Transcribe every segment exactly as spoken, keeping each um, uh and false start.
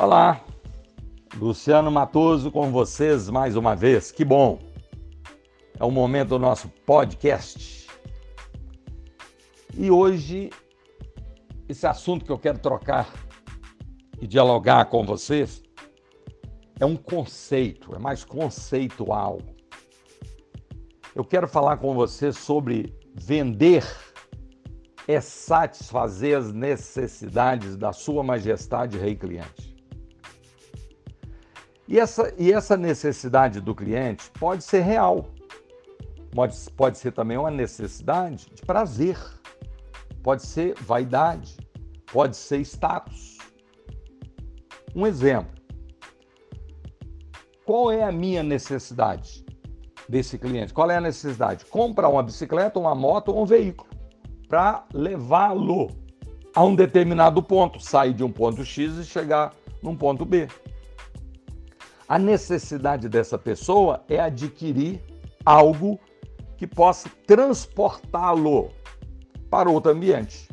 Olá, Luciano Matoso com vocês mais uma vez, que bom! É o momento do nosso podcast. E hoje, esse assunto que eu quero trocar e dialogar com vocês é um conceito, é mais conceitual. Eu quero falar com vocês sobre vender é satisfazer as necessidades da Sua Majestade Rei Cliente. E essa, e essa necessidade do cliente pode ser real, pode, pode ser também uma necessidade de prazer, pode ser vaidade, pode ser status. Um exemplo, qual é a minha necessidade desse cliente? Qual é a necessidade? Comprar uma bicicleta, uma moto ou um veículo para levá-lo a um determinado ponto, sair de um ponto X e chegar num ponto B. A necessidade dessa pessoa é adquirir algo que possa transportá-lo para outro ambiente.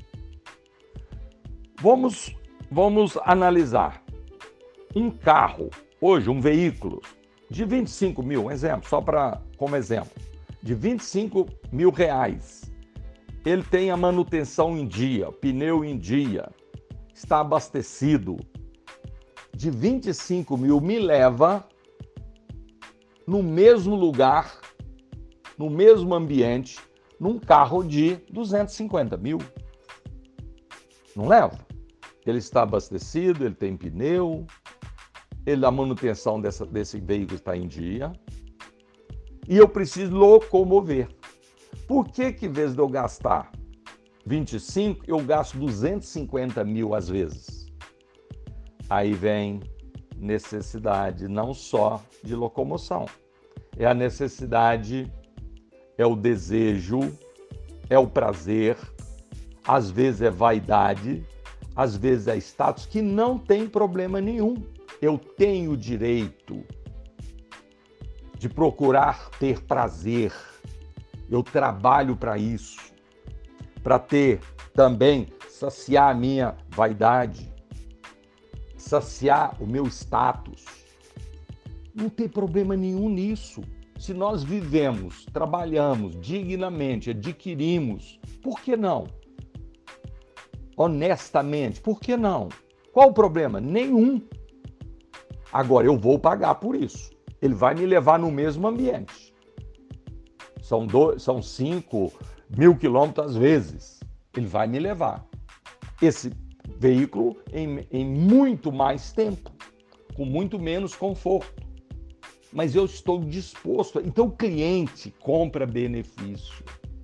Vamos, vamos analisar um carro, hoje um veículo de vinte e cinco mil, um exemplo, só para como exemplo, de vinte e cinco mil reais. Ele tem a manutenção em dia, pneu em dia, está abastecido. De vinte e cinco mil me leva no mesmo lugar, no mesmo ambiente, num carro de duzentos e cinquenta mil. Não leva? Ele está abastecido, ele tem pneu, ele, a manutenção dessa, desse veículo está em dia e eu preciso locomover. Por que que, em vez de eu gastar vinte e cinco, eu gasto duzentos e cinquenta mil às vezes? Aí vem necessidade não só de locomoção, é a necessidade, é o desejo, é o prazer, às vezes é vaidade, às vezes é status, que não tem problema nenhum. Eu tenho o direito de procurar ter prazer, eu trabalho para isso, para ter também, saciar a minha vaidade, saciar o meu status. Não tem problema nenhum nisso. Se nós vivemos, trabalhamos dignamente, adquirimos, por que não? Honestamente, por que não? Qual o problema? Nenhum. Agora, eu vou pagar por isso. Ele vai me levar no mesmo ambiente. São, dois, são cinco mil quilômetros às vezes. Ele vai me levar. Esse veículo em, em muito mais tempo, com muito menos conforto. Mas eu estou disposto. Então o cliente compra benefício.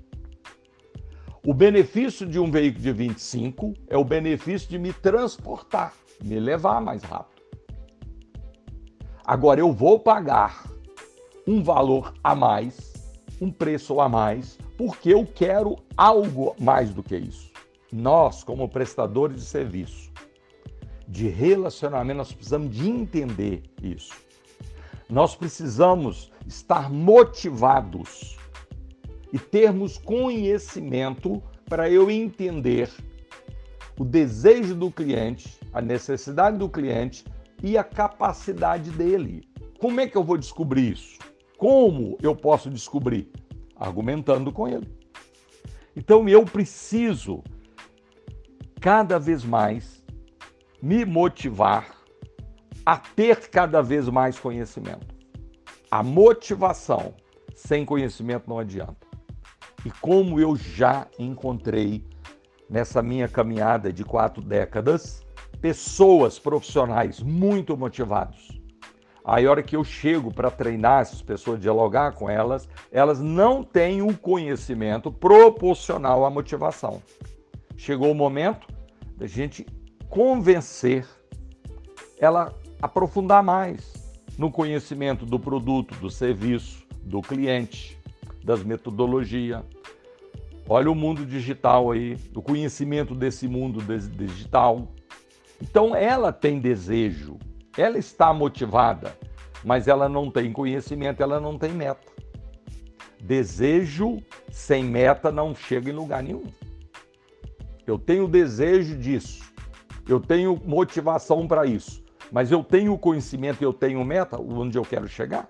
O benefício de um veículo de vinte e cinco é o benefício de me transportar, me levar mais rápido. Agora eu vou pagar um valor a mais, um preço a mais, porque eu quero algo mais do que isso. Nós, como prestadores de serviço, de relacionamento, nós precisamos de entender isso. Nós precisamos estar motivados e termos conhecimento para eu entender o desejo do cliente, a necessidade do cliente e a capacidade dele. Como é que eu vou descobrir isso? Como eu posso descobrir? Argumentando com ele. Então eu preciso cada vez mais me motivar a ter cada vez mais conhecimento. A motivação sem conhecimento não adianta. E como eu já encontrei nessa minha caminhada de quatro décadas, pessoas profissionais muito motivados. Aí a hora que eu chego para treinar essas pessoas, dialogar com elas, elas não têm o conhecimento proporcional à motivação. Chegou o momento da gente convencer ela a aprofundar mais no conhecimento do produto, do serviço, do cliente, das metodologias. Olha o mundo digital aí, o conhecimento desse mundo digital. Então ela tem desejo, ela está motivada, mas ela não tem conhecimento, ela não tem meta. Desejo sem meta não chega em lugar nenhum. Eu tenho desejo disso, eu tenho motivação para isso, Mas eu tenho conhecimento, eu tenho meta, onde eu quero chegar.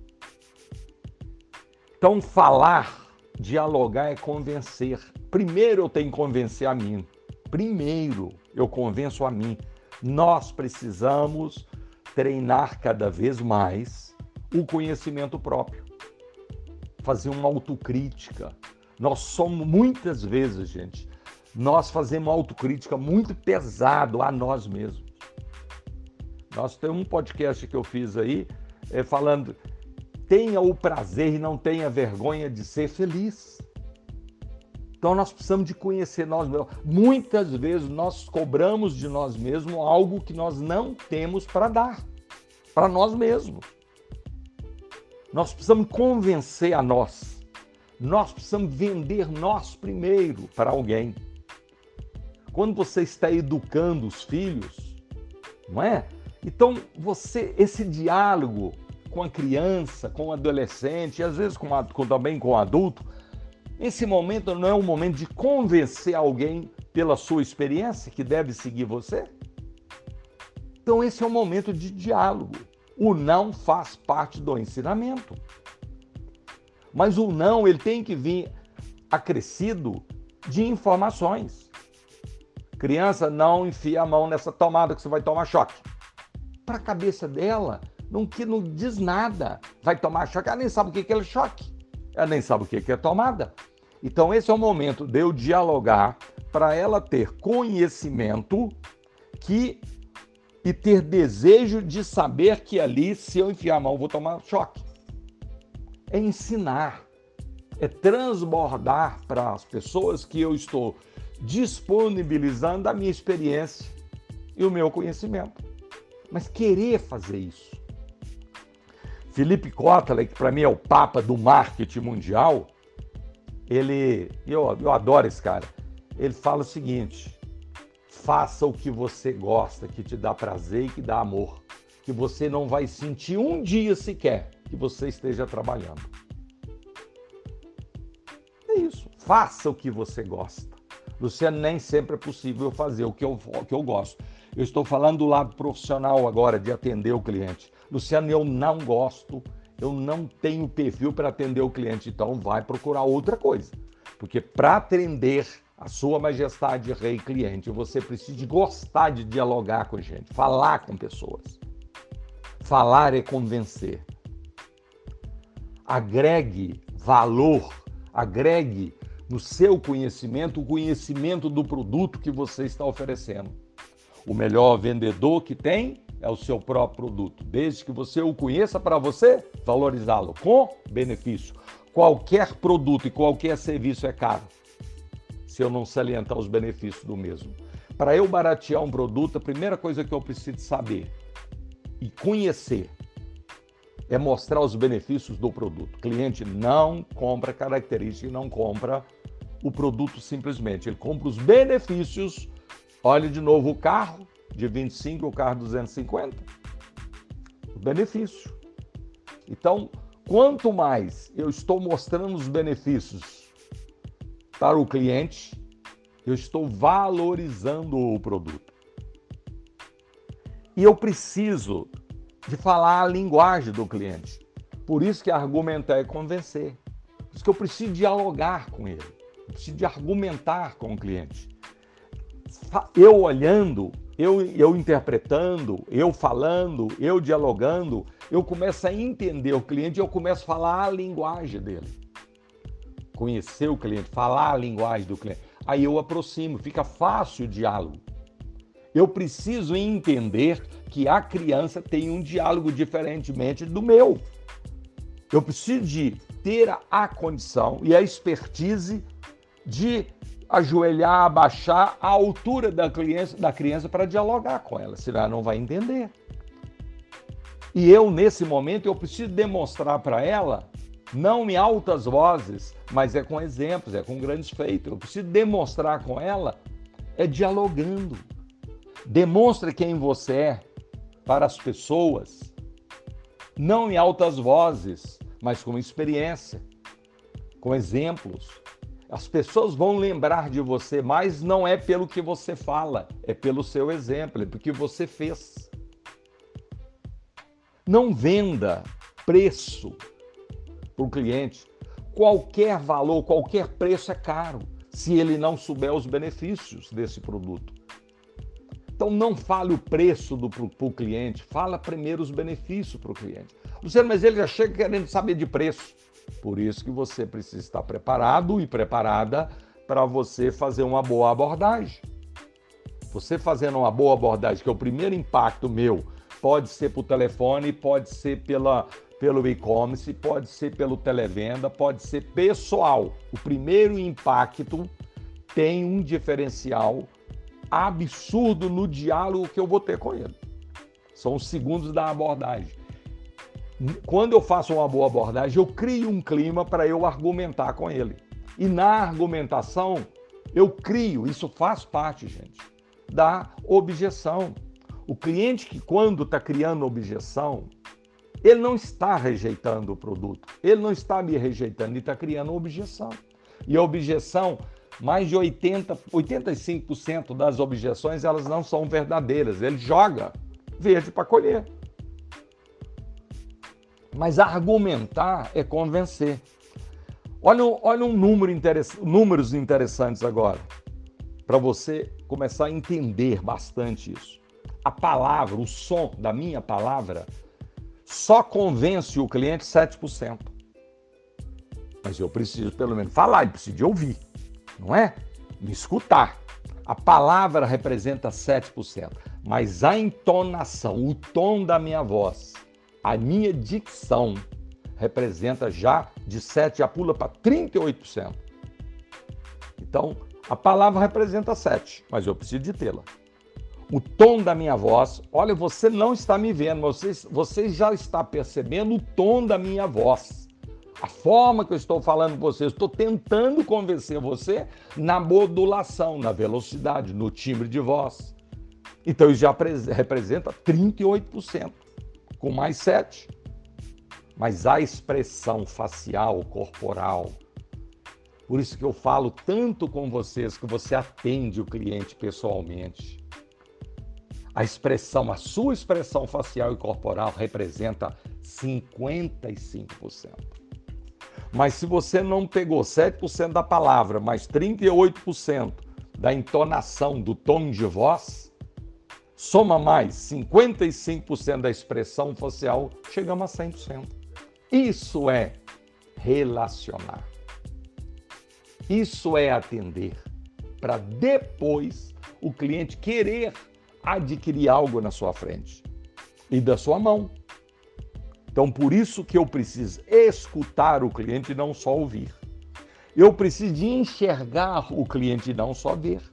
Então, falar, dialogar é convencer. Primeiro eu tenho que convencer a mim. Primeiro eu convenço a mim. Nós precisamos treinar cada vez mais o conhecimento próprio. Fazer uma autocrítica. Nós somos, muitas vezes, gente, nós fazemos uma autocrítica muito pesado a nós mesmos. Nós temos um podcast que eu fiz aí, é, falando, tenha o prazer e não tenha vergonha de ser feliz. Então nós precisamos de conhecer nós mesmos. Muitas vezes nós cobramos de nós mesmos algo que nós não temos para dar, para nós mesmos. Nós precisamos convencer a nós. Nós precisamos vender nós primeiro para alguém. Quando você está educando os filhos, não é? Então, você, esse diálogo com a criança, com o adolescente, e às vezes com, a, com, também com o adulto, esse momento não é um momento de convencer alguém pela sua experiência que deve seguir você? Então, esse é um momento de diálogo. O não faz parte do ensinamento. Mas o não, ele tem que vir acrescido de informações. Criança, não enfia a mão nessa tomada que você vai tomar choque. Para a cabeça dela, não, que não diz nada. Vai tomar choque, ela nem sabe o que é choque. Ela nem sabe o que é tomada. Então esse é o momento de eu dialogar para ela ter conhecimento que, e ter desejo de saber que ali, se eu enfiar a mão, eu vou tomar choque. É ensinar, é transbordar para as pessoas que eu estou disponibilizando a minha experiência e o meu conhecimento. Mas querer fazer isso. Felipe Kotler, que para mim é o papa do marketing mundial, ele, eu, eu adoro esse cara, ele fala o seguinte: faça o que você gosta, que te dá prazer e que dá amor, que você não vai sentir um dia sequer que você esteja trabalhando. É isso, faça o que você gosta. Luciano, nem sempre é possível fazer o que eu, o que eu gosto. Eu estou falando do lado profissional agora, de atender o cliente. Luciano, eu não gosto, eu não tenho perfil para atender o cliente, então vai procurar outra coisa. Porque para atender a sua majestade rei cliente, você precisa de gostar de dialogar com a gente, falar com pessoas. Falar é convencer. Agregue valor, agregue no seu conhecimento o conhecimento do produto que você está oferecendo. O melhor vendedor que tem é o seu próprio produto, desde que você o conheça para você valorizá-lo com benefício. Qualquer produto e qualquer serviço é caro, se eu não salientar os benefícios do mesmo. Para eu baratear um produto, a primeira coisa que eu preciso saber e conhecer é mostrar os benefícios do produto. O cliente não compra característica e não compra o produto simplesmente. Ele compra os benefícios. Olha de novo o carro de vinte e cinco, o carro duzentos e cinquenta. O benefício. Então, quanto mais eu estou mostrando os benefícios para o cliente, eu estou valorizando o produto. E eu preciso de falar a linguagem do cliente. Por isso que argumentar é convencer. Por isso que eu preciso dialogar com ele. Eu preciso de argumentar com o cliente. Eu olhando, eu, eu interpretando, eu falando, eu dialogando, eu começo a entender o cliente e eu começo a falar a linguagem dele. Conhecer o cliente, falar a linguagem do cliente. Aí eu aproximo, fica fácil o diálogo. Eu preciso entender que a criança tem um diálogo diferentemente do meu. Eu preciso de ter a condição e a expertise de ajoelhar, abaixar a altura da criança, da criança para dialogar com ela, senão ela não vai entender. E eu, nesse momento, eu preciso demonstrar para ela, não em altas vozes, mas é com exemplos, é com grandes feitos. Eu preciso demonstrar com ela, é dialogando. Demonstre quem você é para as pessoas, não em altas vozes, mas com experiência, com exemplos. As pessoas vão lembrar de você, mas não é pelo que você fala, é pelo seu exemplo, é porque você fez. Não venda preço para o cliente. Qualquer valor, qualquer preço é caro, se ele não souber os benefícios desse produto. Então não fale o preço para o cliente, fala primeiro os benefícios para o cliente. Luciano, mas ele já chega querendo saber de preço. Por isso que você precisa estar preparado e preparada para você fazer uma boa abordagem. Você fazendo uma boa abordagem, que é o primeiro impacto meu, pode ser por telefone, pode ser pela, pelo e-commerce, pode ser pelo televenda, pode ser pessoal. O primeiro impacto tem um diferencial absurdo no diálogo que eu vou ter com ele. São os segundos da abordagem. Quando eu faço uma boa abordagem, eu crio um clima para eu argumentar com ele. E na argumentação, eu crio, isso faz parte, gente, da objeção. O cliente que, quando está criando objeção, ele não está rejeitando o produto, ele não está me rejeitando, ele está criando objeção. E a objeção, mais de oitenta, oitenta e cinco por cento das objeções, elas não são verdadeiras. Ele joga verde para colher. Mas argumentar é convencer. Olha, olha um número interess... números interessantes agora, para você começar a entender bastante isso. A palavra, o som da minha palavra, só convence o cliente sete por cento. Mas eu preciso pelo menos falar, eu preciso de ouvir, não é? Me escutar. A palavra representa sete por cento, mas a entonação, o tom da minha voz, a minha dicção representa já de sete, já pula para trinta e oito por cento. Então, a palavra representa sete, mas eu preciso de tê-la. O tom da minha voz, olha, você não está me vendo, mas você, você já está percebendo o tom da minha voz. A forma que eu estou falando com você, eu estou tentando convencer você na modulação, na velocidade, no timbre de voz. Então, isso já representa trinta e oito por cento. Com mais sete, mas a expressão facial, corporal. Por isso que eu falo tanto com vocês, que você atende o cliente pessoalmente. A expressão, a sua expressão facial e corporal representa cinquenta e cinco por cento. Mas se você não pegou sete por cento da palavra, mas trinta e oito por cento da entonação, do tom de voz, soma mais cinquenta e cinco por cento da expressão facial, chegamos a cem por cento. Isso é relacionar. Isso é atender, para depois o cliente querer adquirir algo na sua frente e da sua mão. Então, por isso que eu preciso escutar o cliente e não só ouvir. Eu preciso de enxergar o cliente e não só ver.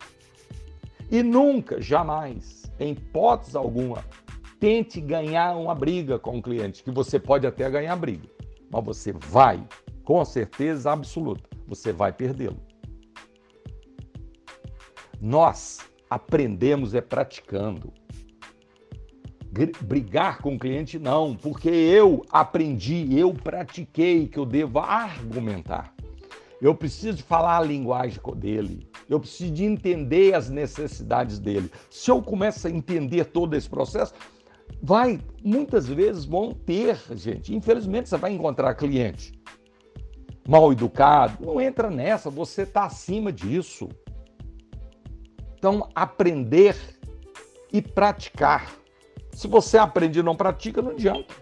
E nunca, jamais, em hipótese alguma, tente ganhar uma briga com o cliente, que você pode até ganhar briga, mas você vai, com certeza absoluta, você vai perdê-lo. Nós aprendemos é praticando. Brigar com o cliente não, porque eu aprendi, eu pratiquei que eu devo argumentar. Eu preciso falar a linguagem dele. Eu preciso de entender as necessidades dele. Se eu começo a entender todo esse processo, vai, muitas vezes vão ter, gente. Infelizmente, você vai encontrar cliente mal educado. Não entra nessa, você está acima disso. Então, aprender e praticar. Se você aprende e não pratica, não adianta.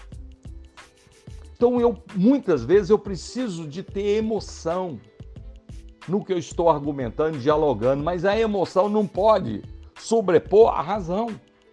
Então, eu, muitas vezes, eu preciso de ter emoção no que eu estou argumentando, dialogando, mas a emoção não pode sobrepor a razão.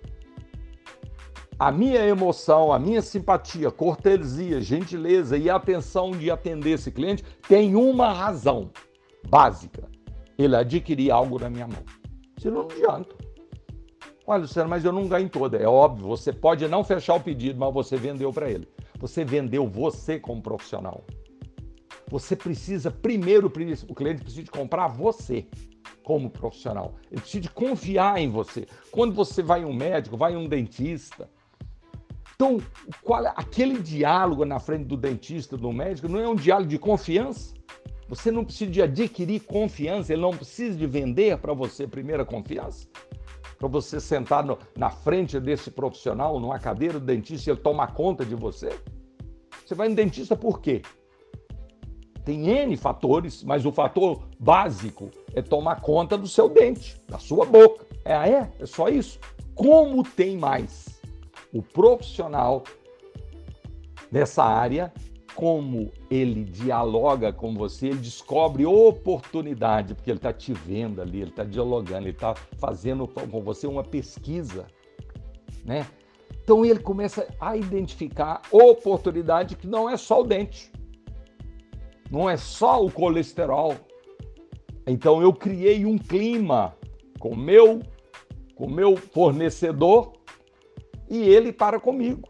A minha emoção, a minha simpatia, cortesia, gentileza e atenção de atender esse cliente tem uma razão básica. Ele adquirir algo na minha mão. Senão não adianta. Olha, Luciano, mas eu não ganho toda. É óbvio, você pode não fechar o pedido, mas você vendeu para ele. Você vendeu você como profissional. Você precisa, primeiro, o cliente precisa de comprar você como profissional. Ele precisa de confiar em você. Quando você vai em um médico, vai em um dentista. Então, qual é, aquele diálogo na frente do dentista, do médico, não é um diálogo de confiança? Você não precisa de adquirir confiança, ele não precisa de vender para você primeiro a confiança. para você sentar no, na frente desse profissional, numa cadeira do dentista, e ele tomar conta de você? Você vai no dentista por quê? Tem N fatores, mas o fator básico é tomar conta do seu dente, da sua boca. É, é, é só isso. Como tem mais? O profissional nessa área, como ele dialoga com você, ele descobre oportunidade, porque ele está te vendo ali, ele está dialogando, ele está fazendo com você uma pesquisa, né? Então ele começa a identificar oportunidade que não é só o dente, não é só o colesterol. Então eu criei um clima com meu, com meu fornecedor e ele para comigo.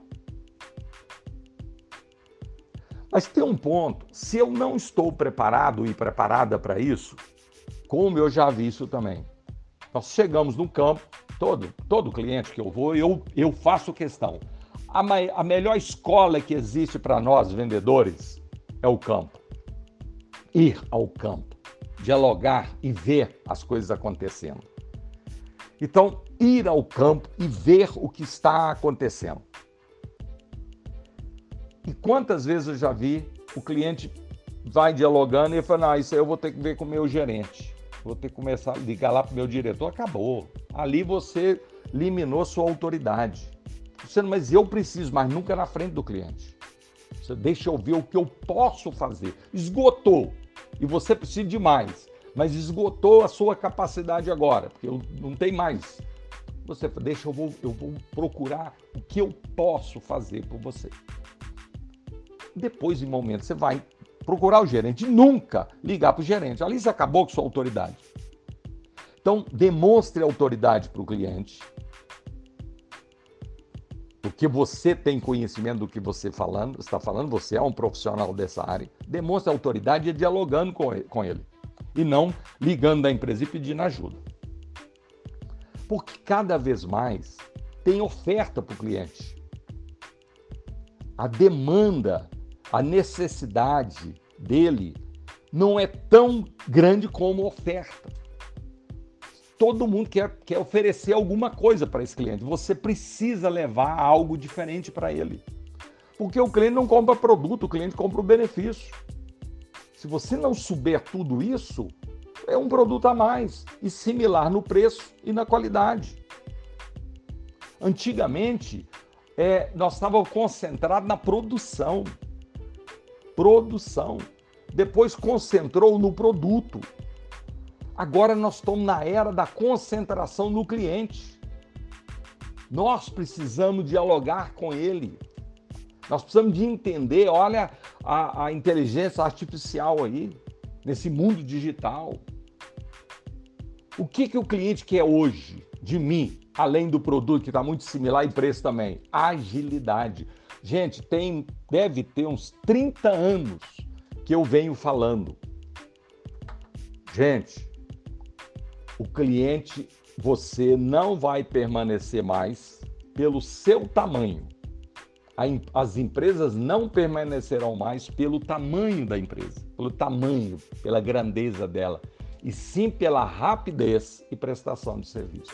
Mas tem um ponto, se eu não estou preparado e preparada para isso, como eu já vi isso também, nós chegamos no campo, todo, todo cliente que eu vou, eu, eu faço questão. A, a melhor escola que existe para nós, vendedores, é o campo. Ir ao campo, dialogar e ver as coisas acontecendo. Então, ir ao campo e ver o que está acontecendo. E quantas vezes eu já vi o cliente vai dialogando e fala, não, isso aí eu vou ter que ver com o meu gerente, vou ter que começar a ligar lá para o meu diretor, acabou. Ali você liminou sua autoridade. Você, mas eu preciso, mas nunca na frente do cliente. Você deixa eu ver o que eu posso fazer. Esgotou. E você precisa de mais, mas esgotou a sua capacidade agora, porque eu não tem mais. Você deixa eu vou, eu vou procurar o que eu posso fazer por você. Depois, em momento, você vai procurar o gerente, nunca ligar para o gerente. Ali você acabou com sua autoridade. Então, demonstre autoridade para o cliente, porque você tem conhecimento do que você falando, está falando, você é um profissional dessa área. Demonstre autoridade e dialogando com ele, com ele, e não ligando da empresa e pedindo ajuda. Porque cada vez mais tem oferta para o cliente. A demanda, a necessidade dele não é tão grande como a oferta. Todo mundo quer, quer oferecer alguma coisa para esse cliente. Você precisa levar algo diferente para ele. Porque o cliente não compra produto, o cliente compra o benefício. Se você não souber tudo isso, é um produto a mais e similar no preço e na qualidade. Antigamente, é, nós estávamos concentrados na produção. Produção. Depois concentrou no produto. Agora nós estamos na era da concentração no cliente. Nós precisamos dialogar com ele. Nós precisamos de entender, olha a, a inteligência artificial aí, nesse mundo digital. O que, que o cliente quer hoje de mim, além do produto que está muito similar e preço também? Agilidade. Gente, tem, deve ter uns trinta anos que eu venho falando. Gente, o cliente, você não vai permanecer mais pelo seu tamanho. As empresas não permanecerão mais pelo tamanho da empresa, pelo tamanho, pela grandeza dela, e sim pela rapidez e prestação de serviço.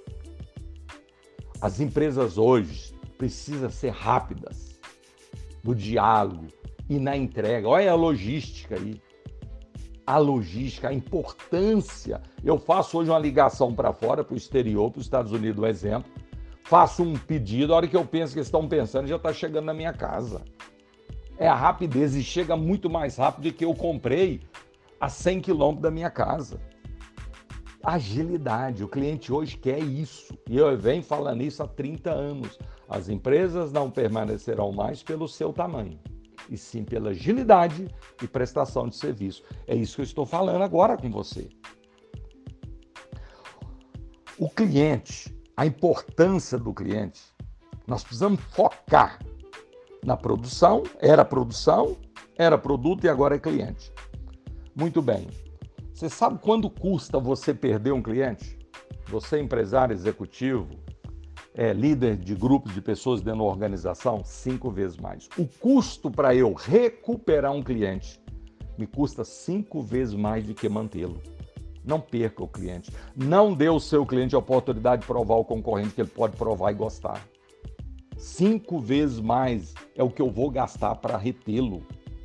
As empresas hoje precisam ser rápidas no diálogo e na entrega. Olha a logística aí. A logística, a importância. Eu faço hoje uma ligação para fora, para o exterior, para os Estados Unidos, um exemplo. Faço um pedido, a hora que eu penso que eles estão pensando, já está chegando na minha casa. É a rapidez e chega muito mais rápido do que eu comprei a cem quilômetros da minha casa. Agilidade, o cliente hoje quer isso. E eu venho falando isso há trinta anos. As empresas não permanecerão mais pelo seu tamanho, e sim pela agilidade e prestação de serviço. É isso que eu estou falando agora com você. O cliente, a importância do cliente, nós precisamos focar na produção, era produção, era produto e agora é cliente. Muito bem. Você sabe quando custa você perder um cliente? Você, empresário, executivo, é, líder de grupos de pessoas dentro da organização, cinco vezes mais. O custo para eu recuperar um cliente me custa cinco vezes mais do que mantê-lo. Não perca o cliente. Não dê ao seu cliente a oportunidade de provar o concorrente que ele pode provar e gostar. Cinco vezes mais é o que eu vou gastar para retê-lo.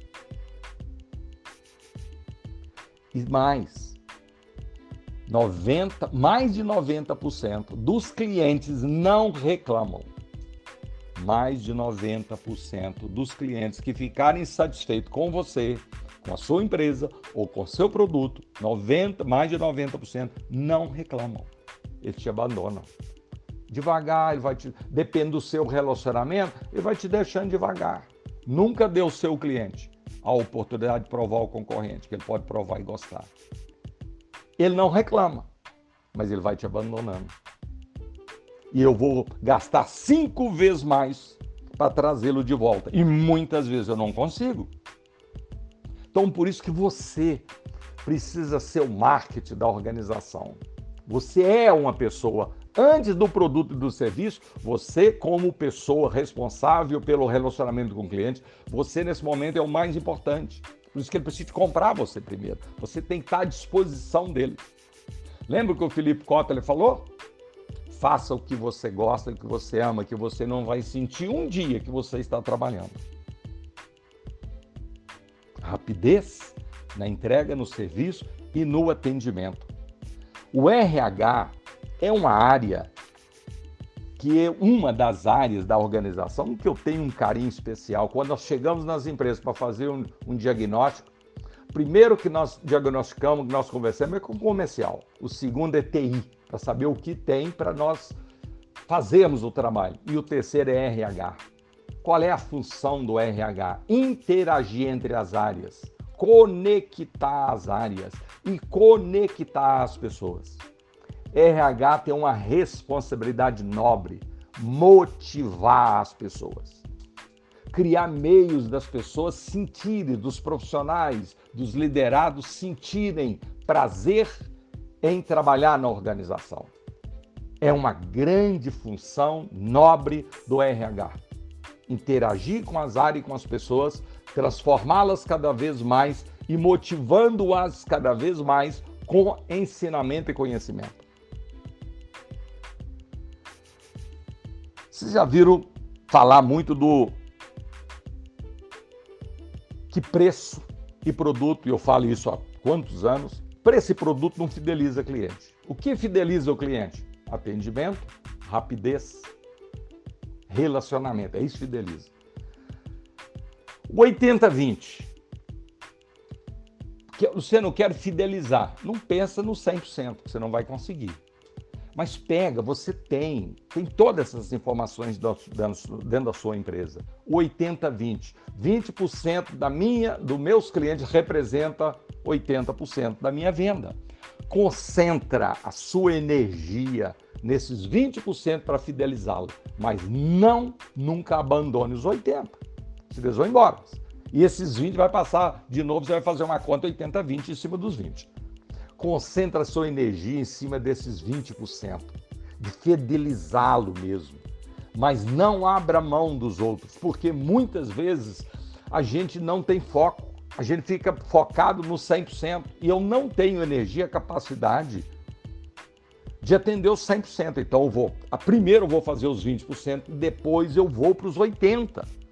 E mais, noventa, mais de noventa por cento dos clientes não reclamam. Mais de noventa por cento dos clientes que ficarem satisfeitos com você, com a sua empresa ou com o seu produto, noventa, mais de noventa por cento não reclamam. Eles te abandonam. Devagar, ele vai te, depende do seu relacionamento, ele vai te deixando devagar. Nunca dê ao seu cliente a oportunidade de provar o concorrente, que ele pode provar e gostar. Ele não reclama, mas ele vai te abandonando. E eu vou gastar cinco vezes mais para trazê-lo de volta. E muitas vezes eu não consigo. Então, por isso que você precisa ser o marketing da organização. Você é uma pessoa, antes do produto e do serviço, você como pessoa responsável pelo relacionamento com o cliente, você nesse momento é o mais importante. Por isso que ele precisa te comprar você primeiro. Você tem que estar à disposição dele. Lembra o que o Felipe Kotler falou? Faça o que você gosta, o que você ama, que você não vai sentir um dia que você está trabalhando. Rapidez na entrega, no serviço e no atendimento. O R H é uma área que é uma das áreas da organização que eu tenho um carinho especial. Quando nós chegamos nas empresas para fazer um, um diagnóstico, primeiro que nós diagnosticamos, que nós conversamos é com o comercial. O segundo é T I, para saber o que tem para nós fazermos o trabalho. E o terceiro é R H. Qual é a função do R H? Interagir entre as áreas, conectar as áreas e conectar as pessoas. R H tem uma responsabilidade nobre, motivar as pessoas. Criar meios das pessoas sentirem, dos profissionais, dos liderados sentirem prazer em trabalhar na organização. É uma grande função nobre do R H. Interagir com as áreas e com as pessoas, transformá-las cada vez mais e motivando-as cada vez mais com ensinamento e conhecimento. Vocês já viram falar muito do que preço e produto, e eu falo isso há quantos anos, preço e produto não fideliza cliente. O que fideliza o cliente? Atendimento, rapidez, relacionamento, é isso que fideliza. O oitenta vinte. Você não quer fidelizar, não pensa no cem por cento, você não vai conseguir. Mas pega, você tem, tem todas essas informações dentro da sua empresa. O oitenta vinte. vinte por cento da minha, dos meus clientes representa oitenta por cento da minha venda. Concentra a sua energia nesses vinte por cento para fidelizá-lo, mas não nunca abandone os oitenta por cento. Se eles vão embora. E esses vinte vai passar, de novo, você vai fazer uma conta oitenta vinte em cima dos vinte. Concentra a sua energia em cima desses vinte por cento, de fidelizá-lo mesmo. Mas não abra mão dos outros, porque muitas vezes a gente não tem foco, a gente fica focado no cem por cento e eu não tenho energia, capacidade de atender os cem por cento. Então eu vou, a primeiro eu vou fazer os vinte por cento, depois eu vou para os oitenta por cento.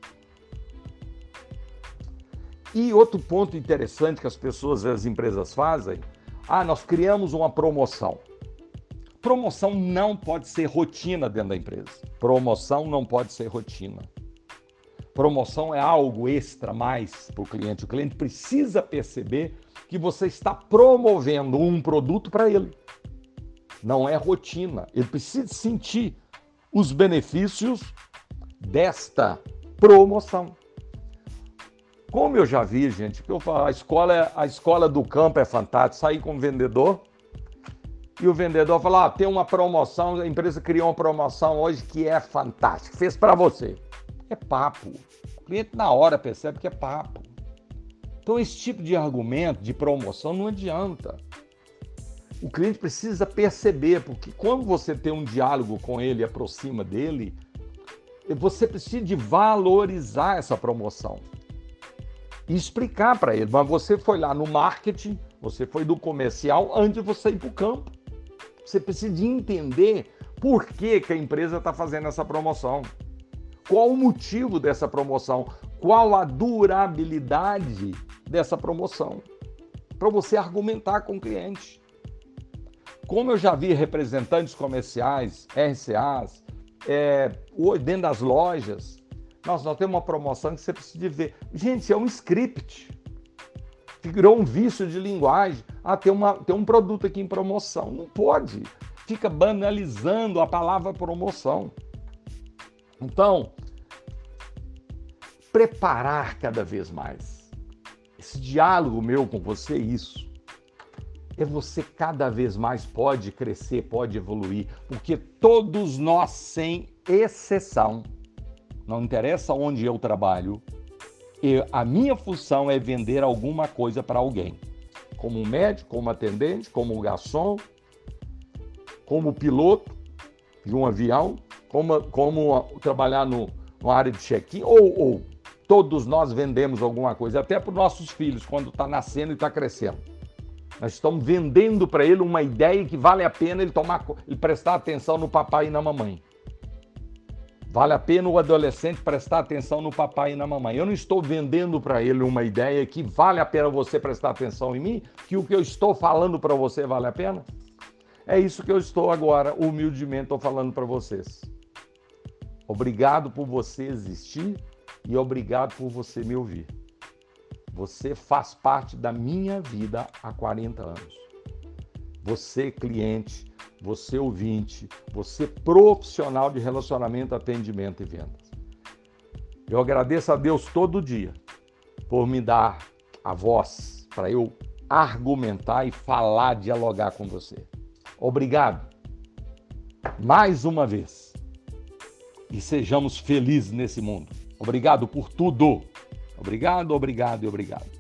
E outro ponto interessante que as pessoas, as empresas fazem, ah, nós criamos uma promoção. Promoção não pode ser rotina dentro da empresa. Promoção não pode ser rotina. Promoção é algo extra mais para o cliente. O cliente precisa perceber que você está promovendo um produto para ele. Não é rotina. Ele precisa sentir os benefícios desta promoção. Como eu já vi, gente, que eu falo, a escola, a escola do campo é fantástica. Sair com o vendedor e o vendedor fala, ah, tem uma promoção, a empresa criou uma promoção hoje que é fantástica, fez para você. É papo. O cliente na hora percebe que é papo. Então esse tipo de argumento de promoção não adianta. O cliente precisa perceber, porque quando você tem um diálogo com ele, aproxima dele, você precisa de valorizar essa promoção. E explicar para ele, mas você foi lá no marketing, Você foi do comercial antes de você ir para o campo. Você precisa entender por que, que a empresa está fazendo essa promoção. Qual o motivo dessa promoção? Qual a durabilidade dessa promoção? Para você argumentar com o cliente. Como eu já vi representantes comerciais, R C As, é, dentro das lojas, nós, nós temos uma promoção que você precisa ver. Gente, é um script. Virou um vício de linguagem. Ah, tem, uma, tem um produto aqui em promoção. Não pode. Fica banalizando a palavra promoção. Então, preparar cada vez mais. Esse diálogo meu com você é isso. É você cada vez mais pode crescer, pode evoluir, porque todos nós, sem exceção, não interessa onde eu trabalho, eu, a minha função é vender alguma coisa para alguém. Como um médico, como atendente, como garçom, como piloto de um avião, como, como trabalhar no, na área de check-in, ou, ou todos nós vendemos alguma coisa, até para os nossos filhos, quando está nascendo e está crescendo. Nós estamos vendendo para ele uma ideia que vale a pena ele, tomar, ele prestar atenção no papai e na mamãe. Vale a pena o adolescente prestar atenção no papai e na mamãe. Eu não estou vendendo para ele uma ideia que vale a pena você prestar atenção em mim, que o que eu estou falando para você vale a pena. É isso que eu estou agora, humildemente, estou falando para vocês. Obrigado por você existir e obrigado por você me ouvir. Você faz parte da minha vida há quarenta anos. Você, cliente, você, ouvinte, você, profissional de relacionamento, atendimento e vendas. Eu agradeço a Deus todo dia por me dar a voz para eu argumentar e falar, dialogar com você. Obrigado, mais uma vez, e sejamos felizes nesse mundo. Obrigado por tudo. Obrigado, obrigado e obrigado.